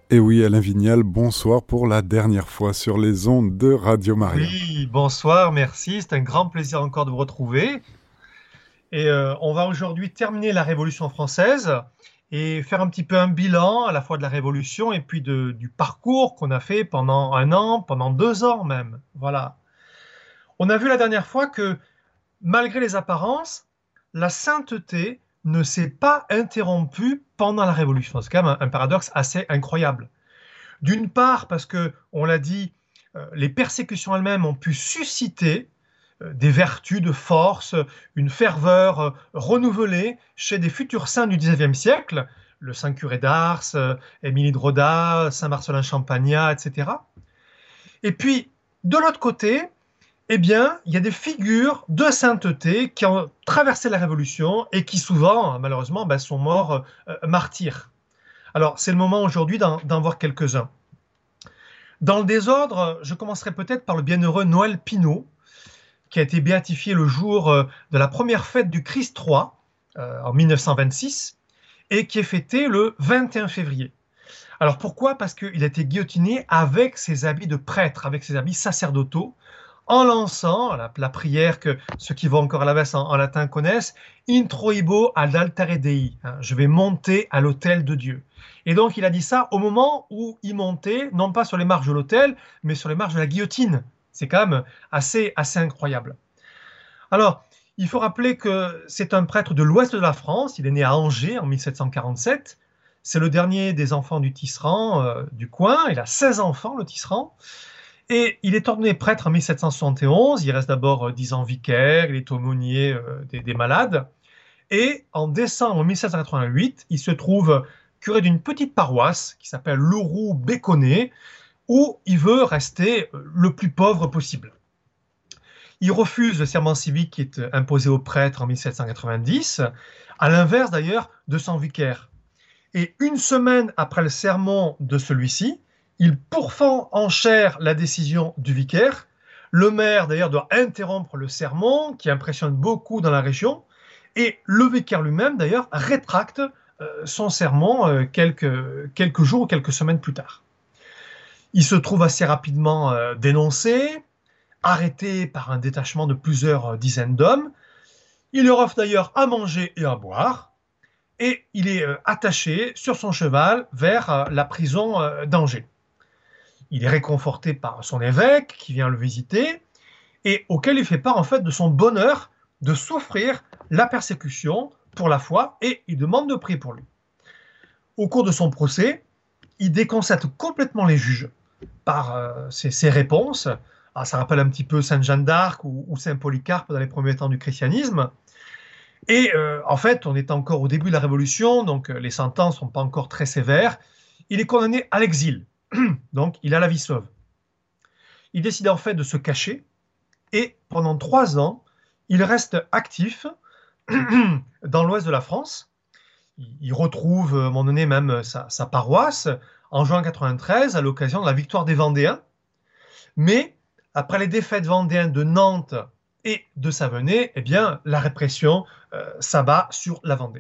Et oui, Alain Vignal, bonsoir pour la dernière fois sur les ondes de Radio Maria. Oui, bonsoir, merci. C'est un grand plaisir encore de vous retrouver. On va aujourd'hui terminer la Révolution française et faire un petit peu un bilan à la fois de la Révolution et puis du parcours qu'on a fait pendant un an, pendant 2 ans même. Voilà. On a vu la dernière fois que malgré les apparences, la sainteté ne s'est pas interrompue pendant la Révolution. C'est quand même un paradoxe assez incroyable. D'une part, parce que, on l'a dit, les persécutions elles-mêmes ont pu susciter des vertus de force, une ferveur renouvelée chez des futurs saints du XIXe siècle, le Saint Curé d'Ars, Émilie de Roda, Saint Marcelin Champagnat, etc. Et puis, de l'autre côté, eh bien, il y a des figures de sainteté qui ont traversé la Révolution et qui souvent, malheureusement, sont morts martyrs. Alors, c'est le moment aujourd'hui d'en voir quelques-uns. Dans le désordre, je commencerai peut-être par le bienheureux Noël Pinault, qui a été béatifié le jour de la première fête du Christ roi, en 1926, et qui est fêté le 21 février. Alors pourquoi? Parce qu'il a été guillotiné avec ses habits de prêtre, avec ses habits sacerdotaux, en lançant la prière que ceux qui vont encore à la messe en latin connaissent, Introibo ad altare Dei, hein, je vais monter à l'autel de Dieu. Et donc il a dit ça au moment où il montait, non pas sur les marches de l'autel, mais sur les marches de la guillotine. C'est quand même assez incroyable. Alors, il faut rappeler que c'est un prêtre de l'ouest de la France, il est né à Angers en 1747, c'est le dernier des enfants du tisserand du coin, il a 16 enfants le tisserand, et il est ordonné prêtre en 1771, il reste d'abord 10 ans vicaire, il est aumônier des malades, et en décembre 1788, il se trouve curé d'une petite paroisse qui s'appelle Louroux-Béconnet, où il veut rester le plus pauvre possible. Il refuse le serment civique qui est imposé aux prêtres en 1790, à l'inverse d'ailleurs de son vicaire. Et une semaine après le sermon de celui-ci, il pourfend en chair la décision du vicaire. Le maire d'ailleurs doit interrompre le sermon qui impressionne beaucoup dans la région. Et le vicaire lui-même d'ailleurs rétracte son sermon quelques jours ou quelques semaines plus tard. Il se trouve assez rapidement dénoncé, arrêté par un détachement de plusieurs dizaines d'hommes. Il leur offre d'ailleurs à manger et à boire, et il est attaché sur son cheval vers la prison d'Angers. Il est réconforté par son évêque qui vient le visiter, et auquel il fait part en fait de son bonheur de souffrir la persécution pour la foi, et il demande de prier pour lui. Au cours de son procès, il déconcerte complètement les juges par ses réponses. Ah, ça rappelle un petit peu Sainte Jeanne d'Arc ou Saint Polycarpe dans les premiers temps du christianisme. Et en fait, on est encore au début de la Révolution, donc les sentences ne sont pas encore très sévères. Il est condamné à l'exil, donc il a la vie sauve. Il décide en fait de se cacher, et pendant 3 ans, il reste actif dans l'ouest de la France. Il retrouve à un moment donné même sa paroisse en juin 93 à l'occasion de la victoire des Vendéens. Mais après les défaites vendéennes de Nantes et de Savenay, eh bien, la répression s'abat sur la Vendée.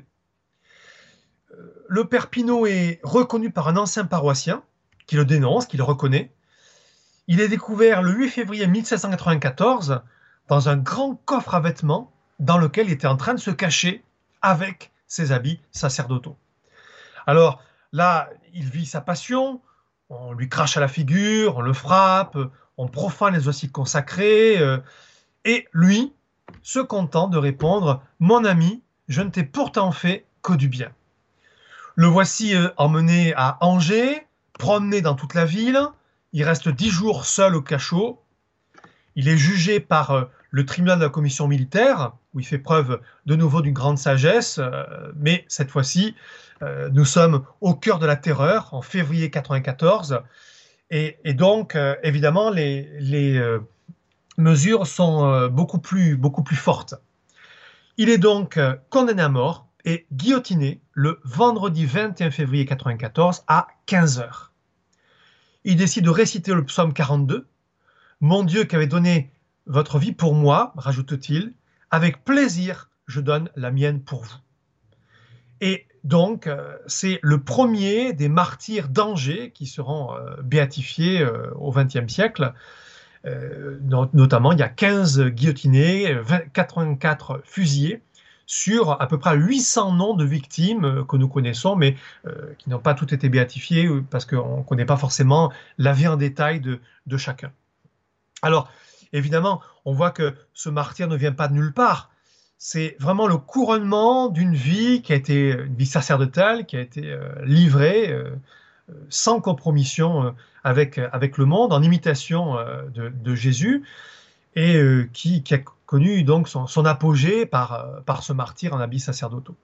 Le père Pinault est reconnu par un ancien paroissien qui le dénonce, qui le reconnaît. Il est découvert le 8 février 1794 dans un grand coffre à vêtements dans lequel il était en train de se cacher avec ses habits sacerdotaux. Alors là, il vit sa passion, on lui crache à la figure, on le frappe, on profane les ossifs consacrés, et lui se content de répondre: Mon ami, je ne t'ai pourtant fait que du bien. Le voici emmené à Angers, promené dans toute la ville. Il reste 10 jours seul au cachot. Il est jugé par le tribunal de la commission militaire, où il fait preuve de nouveau d'une grande sagesse, mais cette fois-ci, nous sommes au cœur de la terreur, en février 94, et donc, évidemment, les mesures sont beaucoup plus fortes. Il est donc condamné à mort et guillotiné le vendredi 21 février 94 à 15 heures. Il décide de réciter le psaume 42. Mon Dieu qui avait donné votre vie pour moi, rajoute-t-il, avec plaisir je donne la mienne pour vous. Et Donc, c'est le premier des martyrs d'Angers qui seront béatifiés au XXe siècle. Notamment, il y a 15 guillotinés, 84 fusillés, sur à peu près 800 noms de victimes que nous connaissons, mais qui n'ont pas toutes été béatifiés parce qu'on ne connaît pas forcément la vie en détail de chacun. Alors, évidemment, on voit que ce martyr ne vient pas de nulle part. C'est vraiment le couronnement d'une vie qui a été une vie sacerdotale, qui a été livrée sans compromission avec le monde, en imitation de Jésus, et qui a connu donc son apogée par ce martyr en habits sacerdotaux.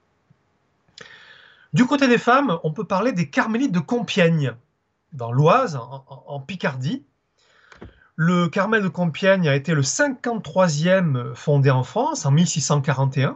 Du côté des femmes, on peut parler des Carmélites de Compiègne, dans l'Oise, en Picardie. Le Carmel de Compiègne a été le 53e fondé en France, en 1641,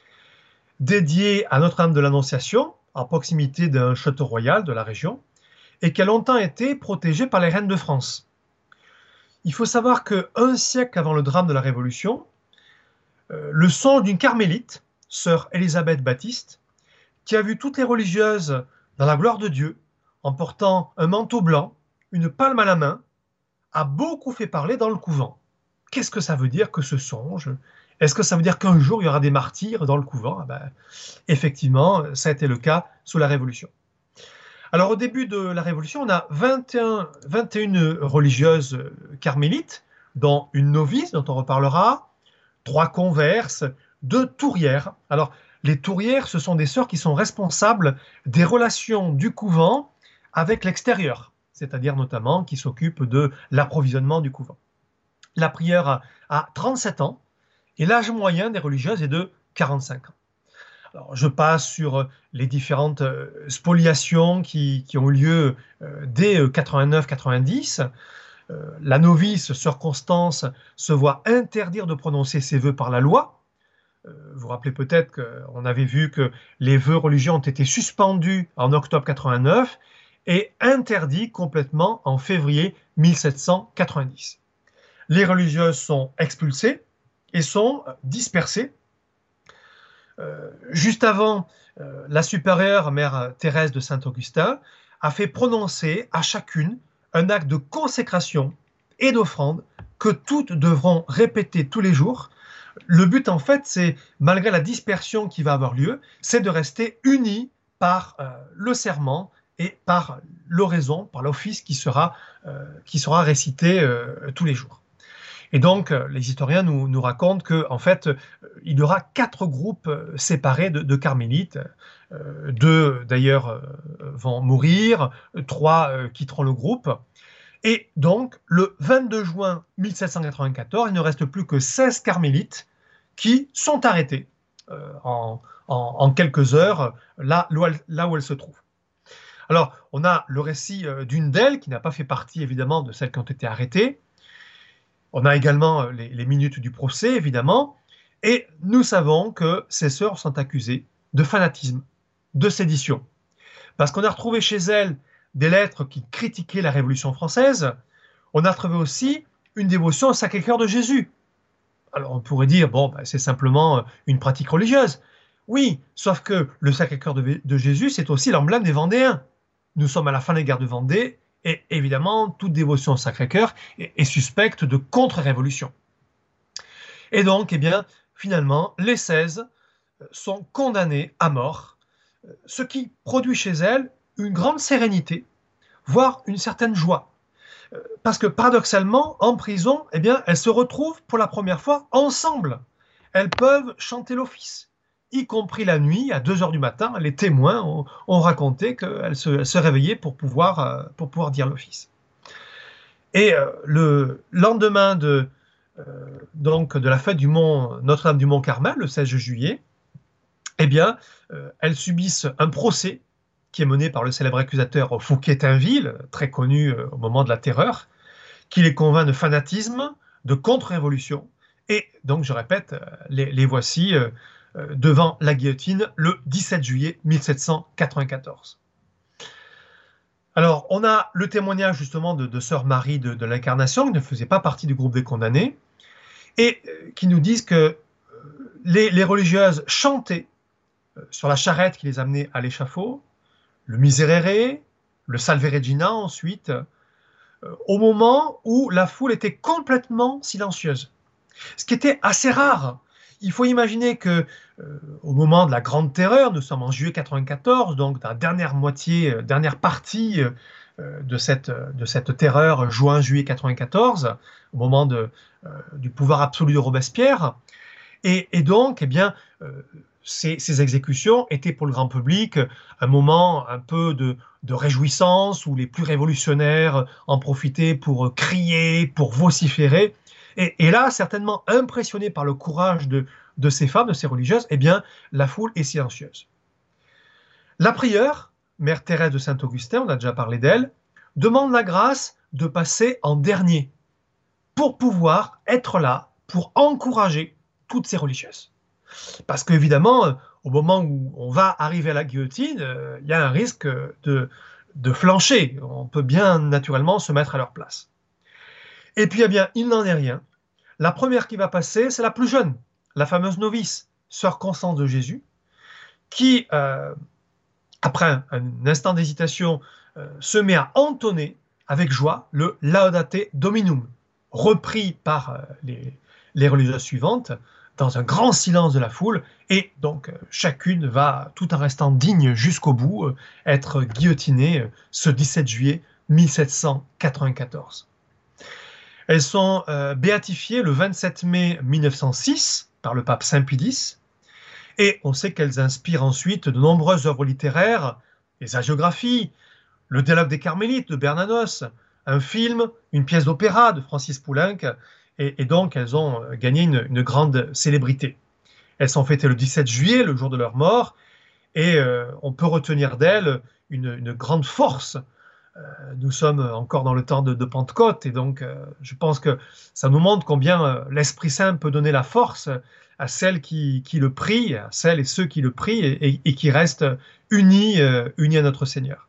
dédié à Notre-Dame de l'Annonciation, à proximité d'un château royal de la région, et qui a longtemps été protégé par les reines de France. Il faut savoir qu'un siècle avant le drame de la Révolution, le songe d'une carmélite, sœur Élisabeth Baptiste, qui a vu toutes les religieuses dans la gloire de Dieu, en portant un manteau blanc, une palme à la main, a beaucoup fait parler dans le couvent. Qu'est-ce que ça veut dire que ce songe? Est-ce que ça veut dire qu'un jour il y aura des martyrs dans le couvent? Effectivement, ça a été le cas sous la Révolution. Alors au début de la Révolution, on a 21 religieuses carmélites, dont une novice dont on reparlera, 3 converses, 2 tourières. Alors les tourières, ce sont des sœurs qui sont responsables des relations du couvent avec l'extérieur, c'est-à-dire notamment qui s'occupent de l'approvisionnement du couvent. La prieure a 37 ans et l'âge moyen des religieuses est de 45 ans. Alors, je passe sur les différentes spoliations qui ont eu lieu dès 89-90. La novice, sœur Constance, se voit interdire de prononcer ses vœux par la loi. Vous vous rappelez peut-être qu'on avait vu que les vœux religieux ont été suspendus en octobre 89 et interdits complètement en février 1790. Les religieuses sont expulsées et sont dispersées. Juste avant, la supérieure mère Thérèse de Saint-Augustin a fait prononcer à chacune un acte de consécration et d'offrande que toutes devront répéter tous les jours. Le but, en fait, c'est, malgré la dispersion qui va avoir lieu, c'est de rester unis par le serment et par l'oraison, par l'office qui sera récité tous les jours. Et donc, les historiens nous racontent qu'en fait, il y aura 4 groupes séparés de carmélites. 2, d'ailleurs, vont mourir, 3 quitteront le groupe. Et donc, le 22 juin 1794, il ne reste plus que 16 carmélites qui sont arrêtés en quelques heures, là où elles se trouvent. Alors, on a le récit d'une d'elles, qui n'a pas fait partie, évidemment, de celles qui ont été arrêtées. On a également les minutes du procès, évidemment. Et nous savons que ces sœurs sont accusées de fanatisme, de sédition. Parce qu'on a retrouvé chez elles des lettres qui critiquaient la Révolution française. On a trouvé aussi une dévotion au Sacré-Cœur de Jésus. Alors on pourrait dire, c'est simplement une pratique religieuse. Oui, sauf que le Sacré-Cœur de Jésus, c'est aussi l'emblème des Vendéens. Nous sommes à la fin des guerres de Vendée, et évidemment, toute dévotion au Sacré-Cœur est suspecte de contre-révolution. Et donc, finalement, les 16 sont condamnées à mort, ce qui produit chez elles une grande sérénité, voire une certaine joie. Parce que paradoxalement, en prison, elles se retrouvent pour la première fois ensemble. Elles peuvent chanter l'office, y compris la nuit, à 2 heures du matin. Les témoins ont raconté qu'elles se réveillaient pour pouvoir dire l'office. Et le lendemain de la fête du Mont Notre-Dame du Mont-Carmel, le 16 juillet, elles subissent un procès qui est mené par le célèbre accusateur Fouquier-Tinville, très connu au moment de la Terreur, qui les convainc de fanatisme, de contre-révolution. Et donc, je répète, les voici devant la guillotine le 17 juillet 1794. Alors, on a le témoignage justement de sœur Marie de l'Incarnation, qui ne faisait pas partie du groupe des condamnés, et qui nous disent que les religieuses chantaient sur la charrette qui les amenait à l'échafaud, le Miserere, le Salve Regina ensuite, au moment où la foule était complètement silencieuse. Ce qui était assez rare. Il faut imaginer que au moment de la Grande Terreur, nous sommes en juillet 94, donc dans la dernière partie de cette terreur, juin-juillet 94, au moment du pouvoir absolu de Robespierre. Et donc, eh bien, ces exécutions étaient pour le grand public un moment un peu de réjouissance où les plus révolutionnaires en profitaient pour crier, pour vociférer. Et là, certainement impressionné par le courage de ces femmes, de ces religieuses, eh bien, la foule est silencieuse. La prieure, Mère Thérèse de Saint-Augustin, on a déjà parlé d'elle, demande la grâce de passer en dernier pour pouvoir être là, pour encourager toutes ces religieuses. Parce qu'évidemment, au moment où on va arriver à la guillotine, il y a un risque de flancher. On peut bien naturellement se mettre à leur place. Et puis, eh bien, il n'en est rien. La première qui va passer, c'est la plus jeune, la fameuse novice, sœur Constance de Jésus, qui, après un instant d'hésitation, se met à entonner avec joie le Laudate Dominum, repris par les religieuses suivantes, dans un grand silence de la foule, et donc chacune va, tout en restant digne jusqu'au bout, être guillotinée ce 17 juillet 1794. Elles sont béatifiées le 27 mai 1906 par le pape Saint Pie X, et on sait qu'elles inspirent ensuite de nombreuses œuvres littéraires, les hagiographies, le dialogue des Carmélites de Bernanos, un film, une pièce d'opéra de Francis Poulenc, et donc elles ont gagné une grande célébrité. Elles sont fêtées le 17 juillet, le jour de leur mort, et on peut retenir d'elles une grande force. Nous sommes encore dans le temps de Pentecôte, et donc je pense que ça nous montre combien l'Esprit Saint peut donner la force à celles qui le prient, à celles et ceux qui le prient, et qui restent unis à notre Seigneur.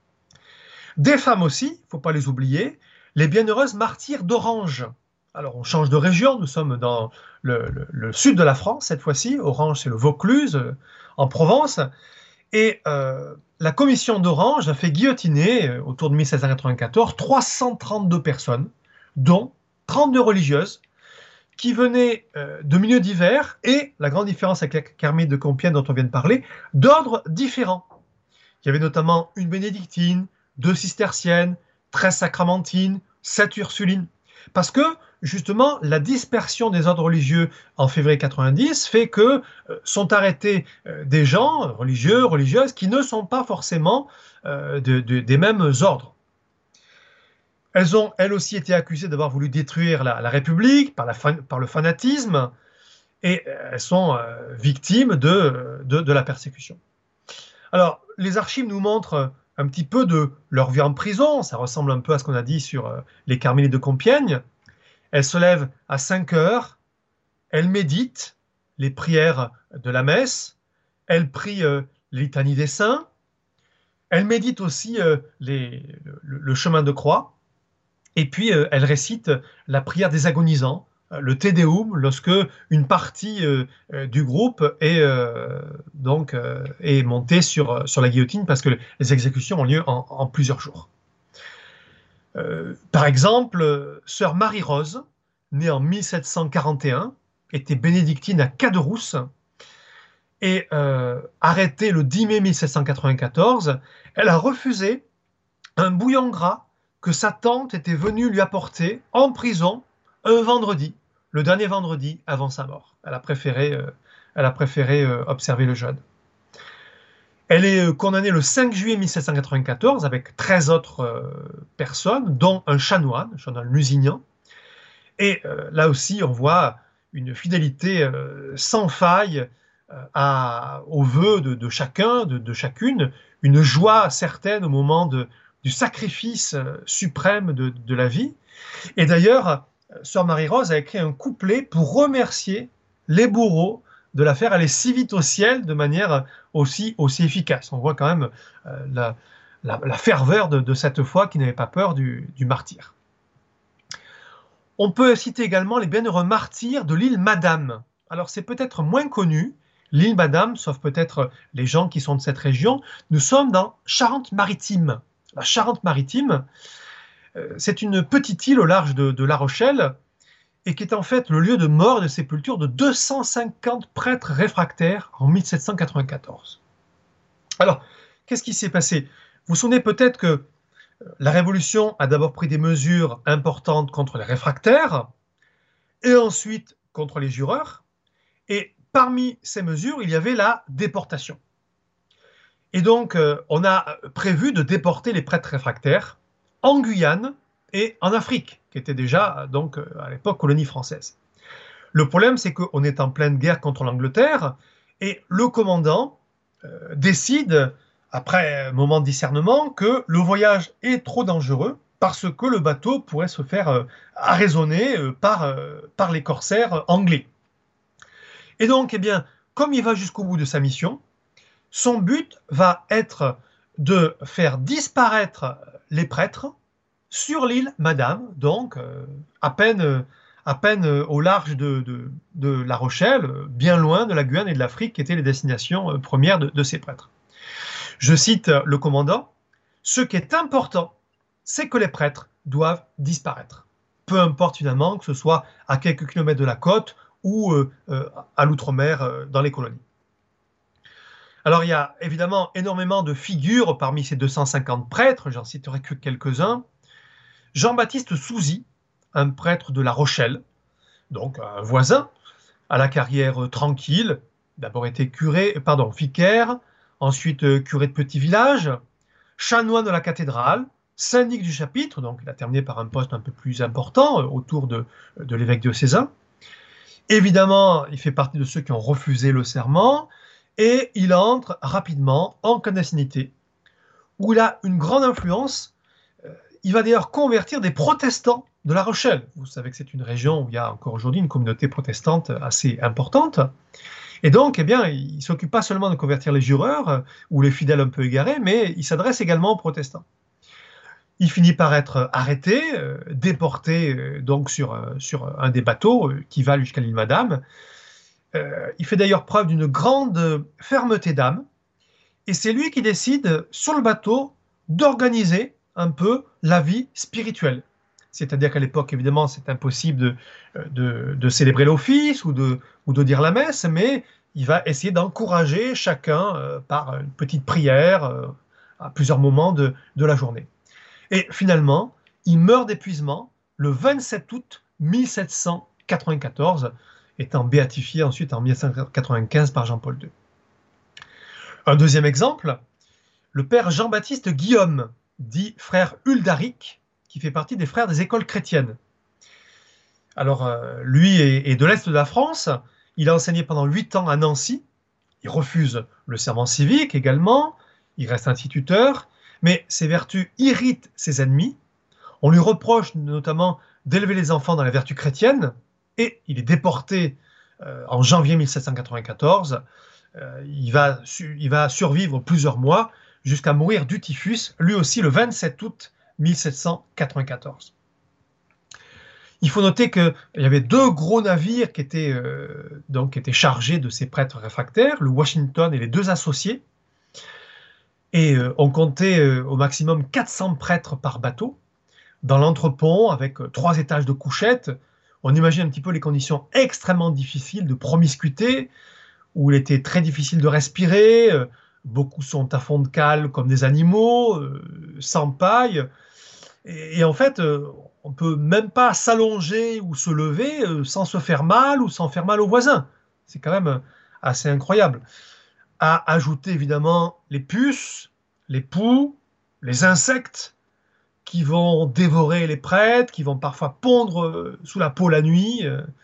Des femmes aussi, il ne faut pas les oublier, les bienheureuses martyrs d'Orange. Alors on change de région, nous sommes dans le sud de la France cette fois-ci, Orange c'est le Vaucluse, en Provence, et la commission d'Orange a fait guillotiner, autour de 1794, 332 personnes, dont 32 religieuses, qui venaient de milieux divers, et la grande différence avec la Carmélite de Compiègne dont on vient de parler, d'ordres différents. Il y avait notamment une bénédictine, 2 cisterciennes, 13 sacramentines, 7 ursulines. Parce que, justement, la dispersion des ordres religieux en février 90 fait que sont arrêtés des gens, religieux, religieuses, qui ne sont pas forcément des mêmes ordres. Elles ont, elles aussi, été accusées d'avoir voulu détruire la République par le fanatisme, et elles sont victimes de la persécution. Alors, les archives nous montrent un petit peu de leur vie en prison, ça ressemble un peu à ce qu'on a dit sur les Carmélites de Compiègne. Elles se lèvent à 5 heures, elles méditent les prières de la messe, elles prient les litanies des saints, elles méditent aussi le chemin de croix, et puis elles récitent la prière des agonisants, le Te Deum, lorsque une partie du groupe est montée sur la guillotine, parce que les exécutions ont lieu en plusieurs jours. Par exemple, sœur Marie-Rose, née en 1741, était bénédictine à Caderousse, et arrêtée le 10 mai 1794, elle a refusé un bouillon gras que sa tante était venue lui apporter en prison un vendredi, le dernier vendredi avant sa mort. Elle a préféré observer le jeûne. Elle est condamnée le 5 juillet 1794 avec 13 autres personnes, dont un chanoine lusignan. Et là aussi, on voit une fidélité sans faille aux vœux de chacun, de chacune, une joie certaine au moment du sacrifice suprême de la vie. Et d'ailleurs, sœur Marie-Rose a écrit un couplet pour remercier les bourreaux de la faire aller si vite au ciel de manière aussi efficace. On voit quand même la ferveur de cette foi qui n'avait pas peur du martyr. On peut citer également les bienheureux martyrs de l'île Madame. Alors c'est peut-être moins connu, L'île Madame, sauf peut-être les gens qui sont de cette région, nous sommes dans Charente-Maritime. La Charente-Maritime, c'est une petite île au large de La Rochelle et qui est en fait le lieu de mort et de sépulture de 250 prêtres réfractaires en 1794. Alors, qu'est-ce qui s'est passé? Vous vous souvenez peut-être que la Révolution a d'abord pris des mesures importantes contre les réfractaires et ensuite contre les jureurs. Et parmi ces mesures, il y avait la déportation. Et donc, on a prévu de déporter les prêtres réfractaires en Guyane et en Afrique, qui était déjà donc à l'époque colonie française. Le problème, c'est qu'on est en pleine guerre contre l'Angleterre et le commandant décide, après un moment de discernement, que le voyage est trop dangereux parce que le bateau pourrait se faire arraisonner par les corsaires anglais. Et donc, eh bien, comme il va jusqu'au bout de sa mission, son but va être de faire disparaître les prêtres sur l'île Madame, donc à peine au large de La Rochelle, bien loin de la Guyane et de l'Afrique, qui étaient les destinations premières de ces prêtres. Je cite le commandant, « Ce qui est important, c'est que les prêtres doivent disparaître. Peu importe finalement que ce soit à quelques kilomètres de la côte ou à l'outre-mer dans les colonies. » Alors il y a évidemment énormément de figures parmi ces 250 prêtres, j'en citerai que quelques-uns. Jean-Baptiste Souzy, un prêtre de La Rochelle, donc un voisin, à la carrière tranquille, d'abord été vicaire, ensuite curé de petit village, chanoine de la cathédrale, syndic du chapitre, donc il a terminé par un poste un peu plus important autour de l'évêque diocésain. Évidemment, il fait partie de ceux qui ont refusé le serment et il entre rapidement en clandestinité, où il a une grande influence. Il va d'ailleurs convertir des protestants de La Rochelle. Vous savez que c'est une région où il y a encore aujourd'hui une communauté protestante assez importante. Et donc, eh bien, il ne s'occupe pas seulement de convertir les jureurs ou les fidèles un peu égarés, mais il s'adresse également aux protestants. Il finit par être arrêté, déporté donc sur un des bateaux qui va jusqu'à l'île Madame. Il fait d'ailleurs preuve d'une grande fermeté d'âme, et c'est lui qui décide sur le bateau d'organiser un peu la vie spirituelle. C'est-à-dire qu'à l'époque, évidemment, c'est impossible de célébrer l'office ou de dire la messe, mais il va essayer d'encourager chacun par une petite prière à plusieurs moments de la journée. Et finalement, il meurt d'épuisement le 27 août 1794, étant béatifié ensuite en 1795 par Jean-Paul II. Un deuxième exemple, le père Jean-Baptiste Guillaume, dit frère Huldaric, qui fait partie des frères des écoles chrétiennes. Alors, lui est de l'Est de la France, il a enseigné pendant 8 ans à Nancy, il refuse le serment civique également, il reste instituteur, mais ses vertus irritent ses ennemis. On lui reproche notamment d'élever les enfants dans la vertu chrétienne, et il est déporté en janvier 1794. Il va survivre plusieurs mois jusqu'à mourir du typhus, lui aussi le 27 août 1794. Il faut noter qu'il y avait 2 gros navires qui étaient chargés de ces prêtres réfractaires, le Washington et les 2 associés, et on comptait au maximum 400 prêtres par bateau, dans l'entrepont avec 3 étages de couchettes. On imagine un petit peu les conditions extrêmement difficiles de promiscuité, où il était très difficile de respirer, beaucoup sont à fond de cale comme des animaux, sans paille, et en fait, on ne peut même pas s'allonger ou se lever sans se faire mal ou sans faire mal aux voisins. C'est quand même assez incroyable. À ajouter évidemment les puces, les poux, les insectes qui vont dévorer les prêtres, qui vont parfois pondre sous la peau la nuit.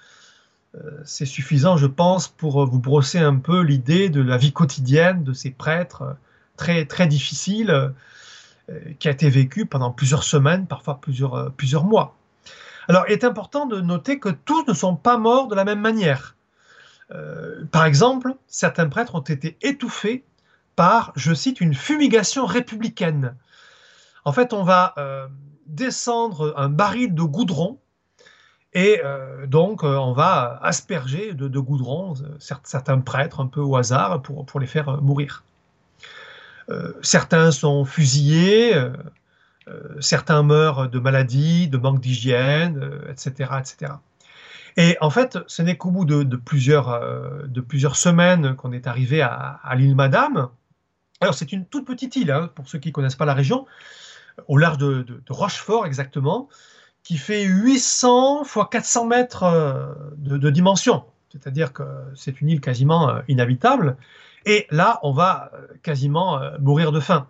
C'est suffisant, je pense, pour vous brosser un peu l'idée de la vie quotidienne de ces prêtres très, très difficile qui a été vécue pendant plusieurs semaines, parfois plusieurs mois. Alors, il est important de noter que tous ne sont pas morts de la même manière. Par exemple, certains prêtres ont été étouffés par, je cite, une fumigation républicaine. En fait, on va descendre un baril de goudron Et donc, on va asperger de goudron certains prêtres un peu au hasard pour les faire mourir. Certains sont fusillés, certains meurent de maladies, de manque d'hygiène, etc., etc. Et en fait, ce n'est qu'au bout de plusieurs semaines qu'on est arrivé à l'île Madame. Alors, c'est une toute petite île, hein, pour ceux qui ne connaissent pas la région, au large de Rochefort exactement, qui fait 800 x 400 mètres de dimension. C'est-à-dire que c'est une île quasiment inhabitable. Et là, on va quasiment mourir de faim.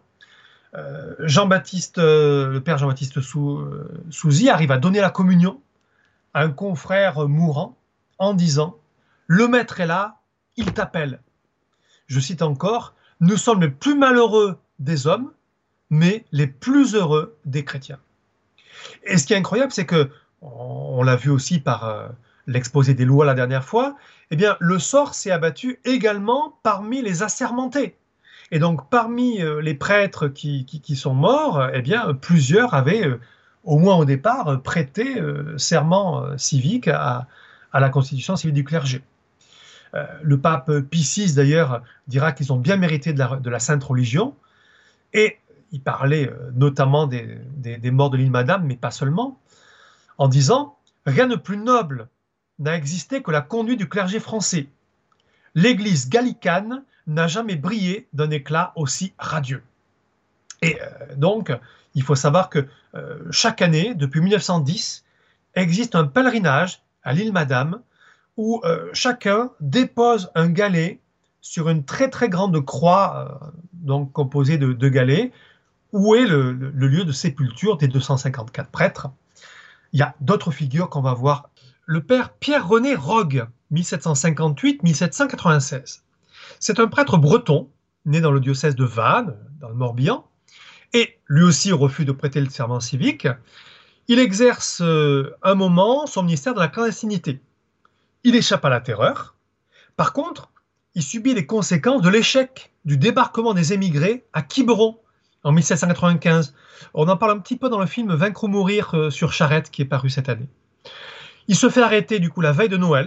Le père Jean-Baptiste Souzy arrive à donner la communion à un confrère mourant en disant « Le maître est là, il t'appelle ». Je cite encore « Nous sommes les plus malheureux des hommes, mais les plus heureux des chrétiens ». Et ce qui est incroyable, c'est que, on l'a vu aussi par l'exposé des lois la dernière fois, eh bien, le sort s'est abattu également parmi les assermentés. Et donc, parmi les prêtres qui sont morts, eh bien, plusieurs avaient, au moins au départ, prêté serment civique à la constitution civile du clergé. Le pape Pie VI, d'ailleurs, dira qu'ils ont bien mérité de la sainte religion. Et il parlait notamment des morts de l'île Madame, mais pas seulement, en disant « Rien de plus noble n'a existé que la conduite du clergé français. L'église gallicane n'a jamais brillé d'un éclat aussi radieux. » Et donc, il faut savoir que chaque année, depuis 1910, existe un pèlerinage à l'île Madame où chacun dépose un galet sur une très très grande croix, donc composée de galets, où est le lieu de sépulture des 254 prêtres. Il y a d'autres figures qu'on va voir. Le père Pierre-René Rogue, 1758-1796. C'est un prêtre breton, né dans le diocèse de Vannes, dans le Morbihan, et lui aussi refuse de prêter le serment civique. Il exerce un moment son ministère dans la clandestinité. Il échappe à la terreur. Par contre, il subit les conséquences de l'échec du débarquement des émigrés à Quiberon en 1795. On en parle un petit peu dans le film Vaincre ou mourir sur Charette qui est paru cette année. Il se fait arrêter du coup la veille de Noël,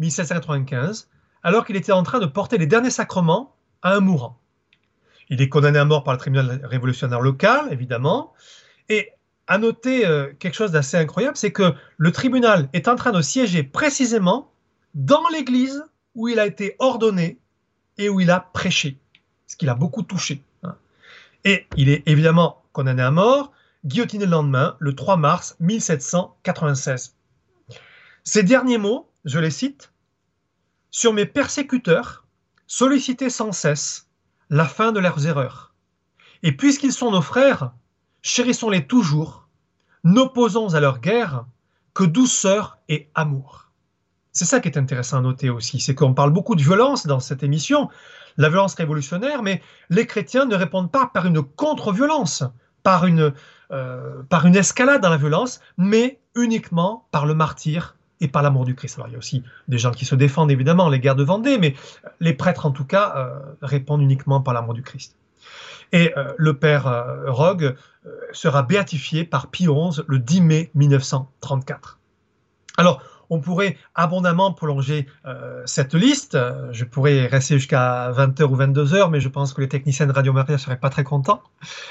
1795, alors qu'il était en train de porter les derniers sacrements à un mourant. Il est condamné à mort par le tribunal révolutionnaire local, évidemment, et à noter quelque chose d'assez incroyable, c'est que le tribunal est en train de siéger précisément dans l'église où il a été ordonné et où il a prêché, ce qui l'a beaucoup touché. Et il est évidemment condamné à mort, guillotiné le lendemain, le 3 mars 1796. Ces derniers mots, je les cite, « Sur mes persécuteurs, sollicitez sans cesse la fin de leurs erreurs. Et puisqu'ils sont nos frères, chérissons-les toujours, n'opposons à leur guerre que douceur et amour. » C'est ça qui est intéressant à noter aussi, c'est qu'on parle beaucoup de violence dans cette émission, la violence révolutionnaire, mais les chrétiens ne répondent pas par une contre-violence, par une escalade dans la violence, mais uniquement par le martyre et par l'amour du Christ. Alors il y a aussi des gens qui se défendent évidemment, les guerres de Vendée, mais les prêtres en tout cas répondent uniquement par l'amour du Christ. Et le père Rogue sera béatifié par Pie XI le 10 mai 1934. Alors, on pourrait abondamment prolonger cette liste. Je pourrais rester jusqu'à 20h ou 22h, mais je pense que les techniciens de Radio Maria ne seraient pas très contents.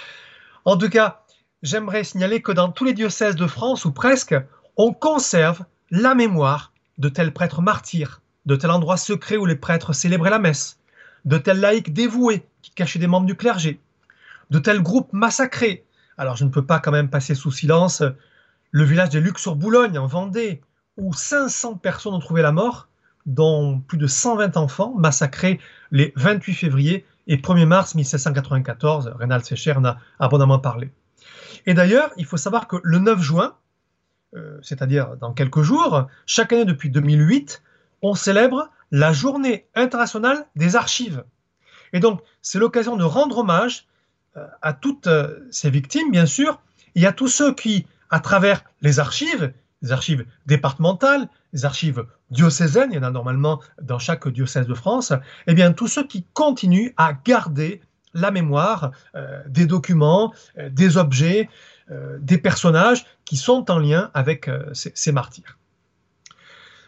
En tout cas, j'aimerais signaler que dans tous les diocèses de France, ou presque, on conserve la mémoire de tels prêtres martyrs, de tels endroits secrets où les prêtres célébraient la messe, de tels laïcs dévoués qui cachaient des membres du clergé, de tels groupes massacrés. Alors je ne peux pas quand même passer sous silence le village de Luc-sur-Boulogne en Vendée, où 500 personnes ont trouvé la mort, dont plus de 120 enfants massacrés les 28 février et 1er mars 1794. Reynald Secher en a abondamment parlé. Et d'ailleurs, il faut savoir que le 9 juin, c'est-à-dire dans quelques jours, chaque année depuis 2008, on célèbre la Journée internationale des archives. Et donc, c'est l'occasion de rendre hommage à toutes ces victimes, bien sûr, et à tous ceux qui, à travers les archives départementales, les archives diocésaines, il y en a normalement dans chaque diocèse de France, eh bien, tous ceux qui continuent à garder la mémoire des documents, des objets, des personnages qui sont en lien avec ces martyrs.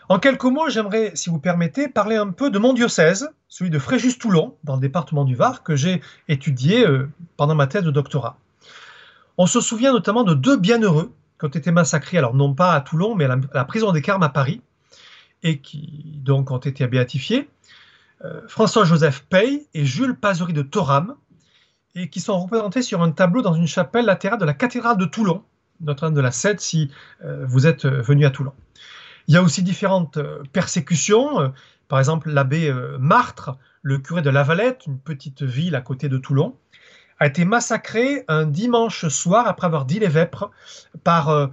En quelques mots, j'aimerais, si vous permettez, parler un peu de mon diocèse, celui de Fréjus-Toulon, dans le département du Var, que j'ai étudié pendant ma thèse de doctorat. On se souvient notamment de deux bienheureux qui ont été massacrés, alors non pas à Toulon, mais à la prison des Carmes à Paris, et qui donc ont été béatifiés, François-Joseph Paye et Jules Pazery de Thorame, et qui sont représentés sur un tableau dans une chapelle latérale de la cathédrale de Toulon, Notre-Dame de la Cède, si vous êtes venu à Toulon. Il y a aussi différentes persécutions, par exemple l'abbé Martre, le curé de Lavalette, une petite ville à côté de Toulon, a été massacré un dimanche soir après avoir dit les vêpres par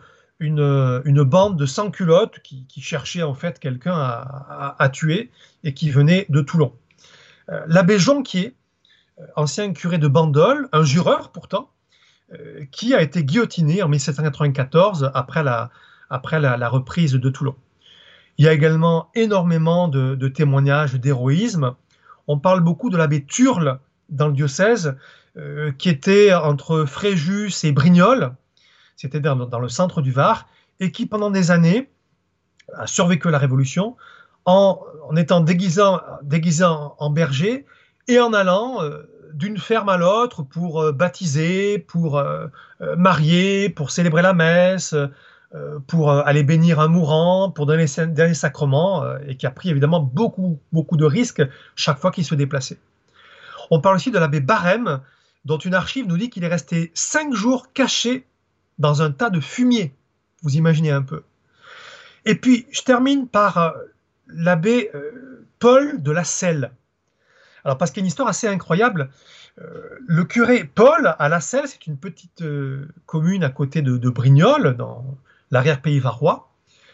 une bande de sans-culottes qui cherchait en fait quelqu'un à tuer et qui venait de Toulon. L'abbé Jonquier, ancien curé de Bandol, un jureur pourtant, qui a été guillotiné en 1794 après la reprise de Toulon. Il y a également énormément de témoignages d'héroïsme. On parle beaucoup de l'abbé Turle dans le diocèse, qui était entre Fréjus et Brignoles, c'était dans le centre du Var, et qui pendant des années a survécu à la Révolution en étant déguisé en berger et en allant d'une ferme à l'autre pour baptiser, pour marier, pour célébrer la messe, pour aller bénir un mourant, pour donner les sacrements, et qui a pris évidemment beaucoup de risques chaque fois qu'il se déplaçait. On parle aussi de l'abbé Barême, dont une archive nous dit qu'il est resté 5 jours caché dans un tas de fumier. Vous imaginez un peu. Et puis, je termine par l'abbé Paul de la Selle. Alors, parce qu'il y a une histoire assez incroyable. Le curé Paul à la Selle, c'est une petite commune à côté de Brignoles, dans l'arrière-pays varois,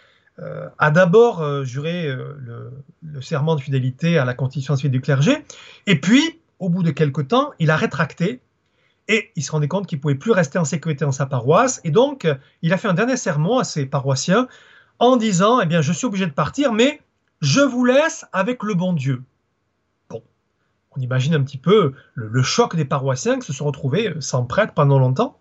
a d'abord juré le serment de fidélité à la constitution civile du clergé, et puis, au bout de quelque temps, il a rétracté, et il se rendait compte qu'il ne pouvait plus rester en sécurité dans sa paroisse, et donc il a fait un dernier sermon à ses paroissiens en disant, eh bien, je suis obligé de partir, mais je vous laisse avec le bon Dieu. Bon, on imagine un petit peu le choc des paroissiens qui se sont retrouvés sans prêtre pendant longtemps.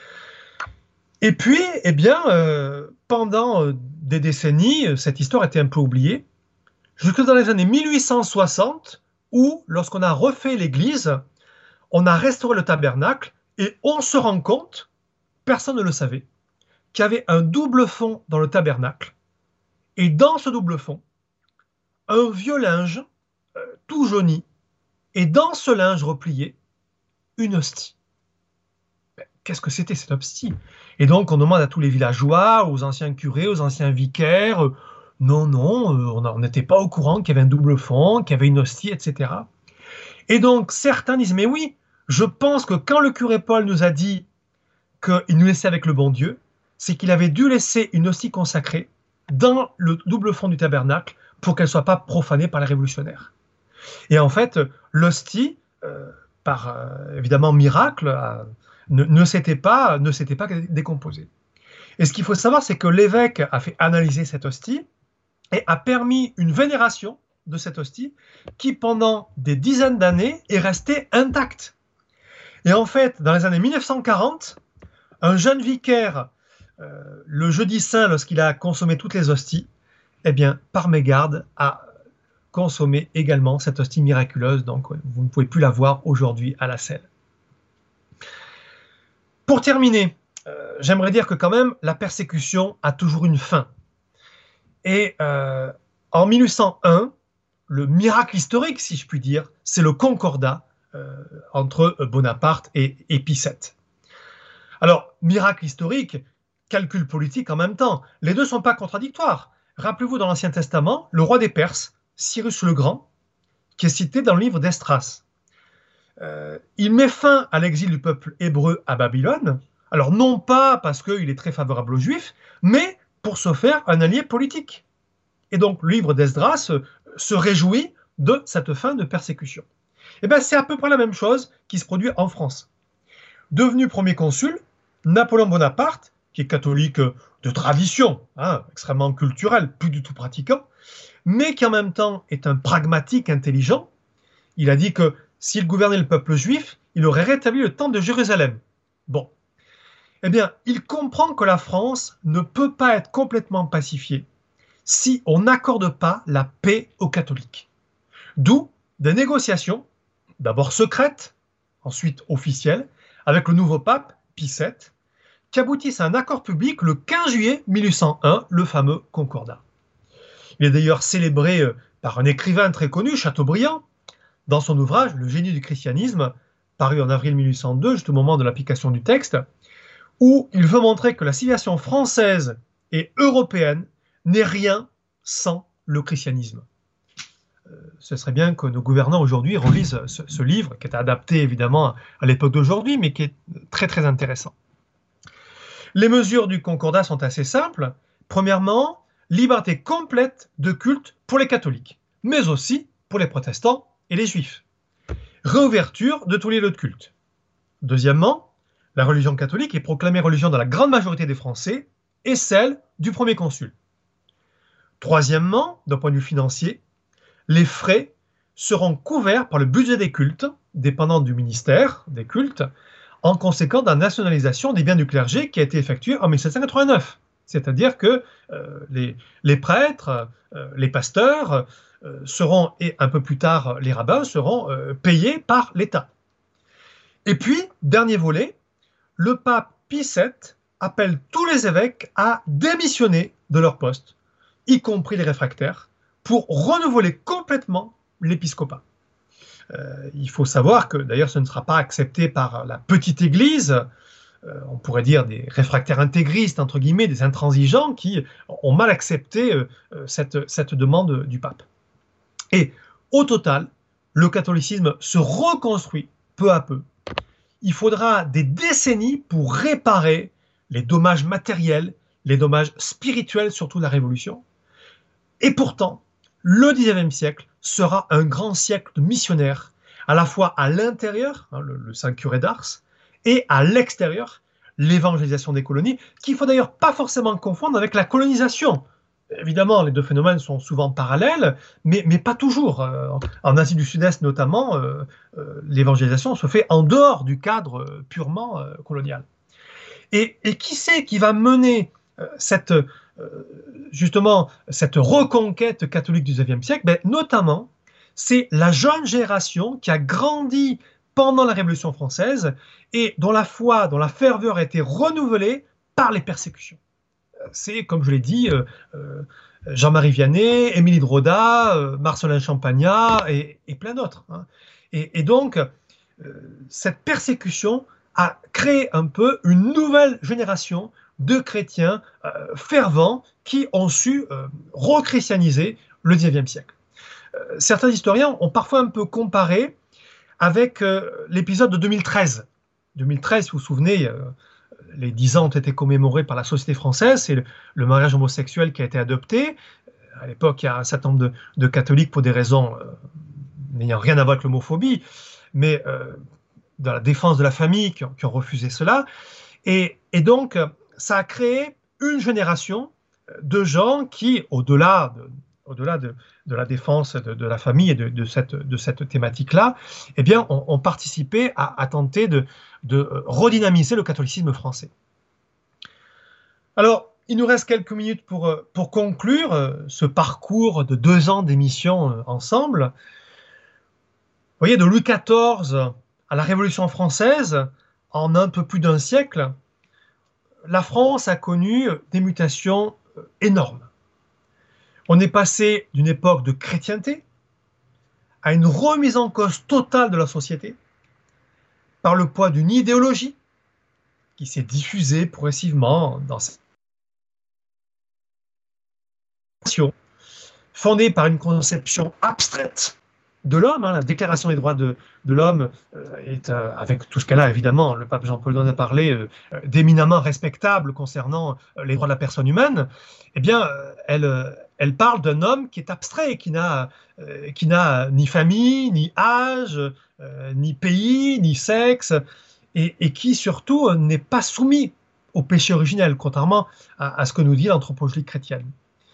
Et puis, eh bien, pendant des décennies, cette histoire était un peu oubliée, jusque dans les années 1860, où, lorsqu'on a refait l'église, on a restauré le tabernacle, et on se rend compte, personne ne le savait, qu'il y avait un double fond dans le tabernacle, et dans ce double fond, un vieux linge, tout jauni, et dans ce linge replié, une hostie. Qu'est-ce que c'était cette hostie? Et donc on demande à tous les villageois, aux anciens curés, aux anciens vicaires, non, on n'était pas au courant qu'il y avait un double fond, qu'il y avait une hostie, etc. Et donc certains disent, mais oui, je pense que quand le curé Paul nous a dit qu'il nous laissait avec le bon Dieu, c'est qu'il avait dû laisser une hostie consacrée dans le double fond du tabernacle pour qu'elle ne soit pas profanée par les révolutionnaires. Et en fait, l'hostie, par évidemment miracle, ne s'était pas décomposée. Et ce qu'il faut savoir, c'est que l'évêque a fait analyser cette hostie et a permis une vénération de cette hostie qui, pendant des dizaines d'années, est restée intacte. Et en fait, dans les années 1940, un jeune vicaire, le jeudi saint, lorsqu'il a consommé toutes les hosties, eh bien, par mégarde, a consommé également cette hostie miraculeuse. Donc, vous ne pouvez plus la voir aujourd'hui à la Selle. Pour terminer, j'aimerais dire que quand même, la persécution a toujours une fin. Et en 1801, le miracle historique, si je puis dire, c'est le concordat entre Bonaparte et Pie VII. Alors, miracle historique, calcul politique en même temps. Les deux ne sont pas contradictoires. Rappelez-vous, dans l'Ancien Testament, le roi des Perses, Cyrus le Grand, qui est cité dans le livre d'Esdras, il met fin à l'exil du peuple hébreu à Babylone, alors non pas parce qu'il est très favorable aux Juifs, mais pour se faire un allié politique. Et donc le livre d'Esdras se réjouit de cette fin de persécution. Et bien c'est à peu près la même chose qui se produit en France. Devenu premier consul, Napoléon Bonaparte, qui est catholique de tradition, extrêmement culturel, plus du tout pratiquant, mais qui en même temps est un pragmatique intelligent, il a dit que s'il gouvernait le peuple juif, il aurait rétabli le temple de Jérusalem. Bon. Eh bien, il comprend que la France ne peut pas être complètement pacifiée si on n'accorde pas la paix aux catholiques. D'où des négociations, d'abord secrètes, ensuite officielles, avec le nouveau pape, Pie VII, qui aboutissent à un accord public le 15 juillet 1801, le fameux Concordat. Il est d'ailleurs célébré par un écrivain très connu, Chateaubriand, dans son ouvrage « Le génie du christianisme », paru en avril 1802, juste au moment de l'application du texte, où il veut montrer que la civilisation française et européenne n'est rien sans le christianisme. Ce serait bien que nos gouvernants aujourd'hui relisent ce livre, qui est adapté évidemment à l'époque d'aujourd'hui, mais qui est très très intéressant. Les mesures du Concordat sont assez simples. Premièrement, liberté complète de culte pour les catholiques, mais aussi pour les protestants et les juifs. Réouverture de tous les lieux de culte. Deuxièmement, la religion catholique est proclamée religion de la grande majorité des Français et celle du premier consul. Troisièmement, d'un point de vue financier, les frais seront couverts par le budget des cultes, dépendant du ministère des cultes, en conséquence de la nationalisation des biens du clergé qui a été effectuée en 1789. C'est-à-dire que les prêtres, les pasteurs seront, et un peu plus tard les rabbins, seront payés par l'État. Et puis, dernier volet, le pape Pie VII appelle tous les évêques à démissionner de leur poste, y compris les réfractaires, pour renouveler complètement l'épiscopat. Il faut savoir que d'ailleurs ce ne sera pas accepté par la petite église, on pourrait dire des réfractaires intégristes, entre guillemets, des intransigeants qui ont mal accepté cette demande du pape. Et au total, le catholicisme se reconstruit peu à peu. Il faudra des décennies pour réparer les dommages matériels, les dommages spirituels, surtout de la Révolution. Et pourtant, le XIXe siècle sera un grand siècle de missionnaires, à la fois à l'intérieur, le Saint Curé d'Ars, et à l'extérieur, l'évangélisation des colonies, qu'il ne faut d'ailleurs pas forcément confondre avec la colonisation. Évidemment, les deux phénomènes sont souvent parallèles, mais pas toujours. En Asie du Sud-Est notamment, l'évangélisation se fait en dehors du cadre purement colonial. Et qui c'est qui va mener justement cette reconquête catholique du XIXe siècle? Notamment, c'est la jeune génération qui a grandi pendant la Révolution française et dont la foi, dont la ferveur a été renouvelée par les persécutions. C'est, comme je l'ai dit, Jean-Marie Vianney, Émilie de Roda, Marcellin Champagnat et plein d'autres. Et donc, cette persécution a créé un peu une nouvelle génération de chrétiens fervents qui ont su rechristianiser le XIXe siècle. Certains historiens ont parfois un peu comparé avec l'épisode de 2013. 2013, si vous vous souvenez, les 10 ans ont été commémorés par la société française, c'est le mariage homosexuel qui a été adopté. À l'époque, il y a un certain nombre de catholiques pour des raisons n'ayant rien à voir avec l'homophobie, mais dans la défense de la famille qui ont refusé cela. Et donc, ça a créé une génération de gens qui, au-delà de la défense de la famille et de cette thématique-là, eh bien, ont participé à tenter de redynamiser le catholicisme français. Alors, il nous reste quelques minutes pour conclure ce parcours de 2 ans d'émission ensemble. Vous voyez, de Louis XIV à la Révolution française, en un peu plus d'un siècle, la France a connu des mutations énormes. On est passé d'une époque de chrétienté à une remise en cause totale de la société par le poids d'une idéologie qui s'est diffusée progressivement dans cette nation, fondée par une conception abstraite de l'homme. La Déclaration des droits de l'homme est, avec tout ce qu'elle a, évidemment, le pape Jean-Paul II en a parlé, d'éminemment respectable concernant les droits de la personne humaine. Eh bien, elle parle d'un homme qui est abstrait, qui n'a ni famille, ni âge, ni pays, ni sexe, et qui surtout n'est pas soumis au péché originel, contrairement à ce que nous dit l'anthropologie chrétienne.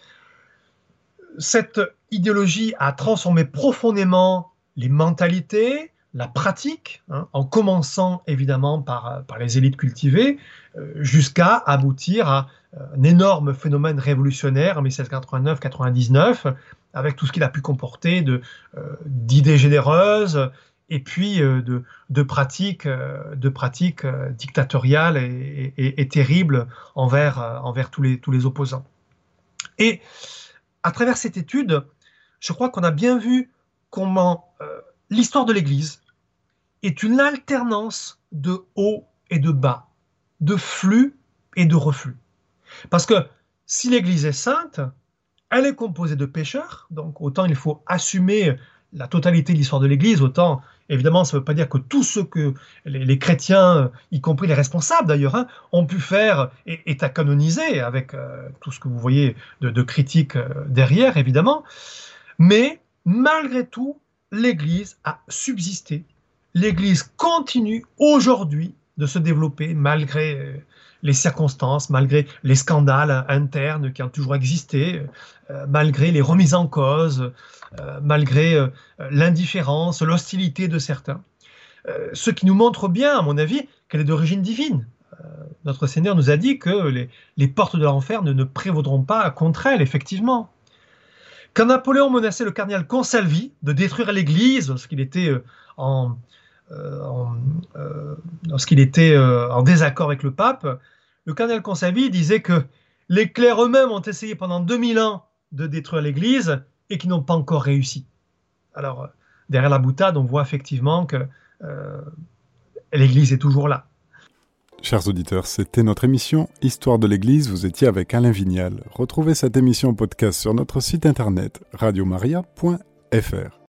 Cette idéologie a transformé profondément les mentalités, la pratique, en commençant évidemment par les élites cultivées, jusqu'à aboutir un énorme phénomène révolutionnaire en 1789-99, avec tout ce qu'il a pu comporter d'idées généreuses et puis de pratiques dictatoriales et terribles envers tous les opposants. Et à travers cette étude, je crois qu'on a bien vu comment l'histoire de l'Église est une alternance de haut et de bas, de flux et de reflux. Parce que si l'Église est sainte, elle est composée de pécheurs, donc autant il faut assumer la totalité de l'histoire de l'Église, autant évidemment ça ne veut pas dire que tout ce que les chrétiens, y compris les responsables d'ailleurs, ont pu faire est à canoniser, avec tout ce que vous voyez de critiques derrière évidemment, mais malgré tout, l'Église a subsisté. L'Église continue aujourd'hui de se développer malgré les circonstances, malgré les scandales internes qui ont toujours existé, malgré les remises en cause, malgré l'indifférence, l'hostilité de certains. Ce qui nous montre bien, à mon avis, qu'elle est d'origine divine. Notre Seigneur nous a dit que les portes de l'enfer ne prévaudront pas contre elle, effectivement. Quand Napoléon menaçait le cardinal Consalvi de détruire l'Église lorsqu'il était en désaccord avec le pape, le cardinal Consalvi disait que les clercs eux-mêmes ont essayé pendant 2000 ans de détruire l'Église et qui n'ont pas encore réussi. Alors, derrière la boutade, on voit effectivement que l'Église est toujours là. Chers auditeurs, c'était notre émission Histoire de l'Église. Vous étiez avec Alain Vignal. Retrouvez cette émission podcast sur notre site internet radiomaria.fr.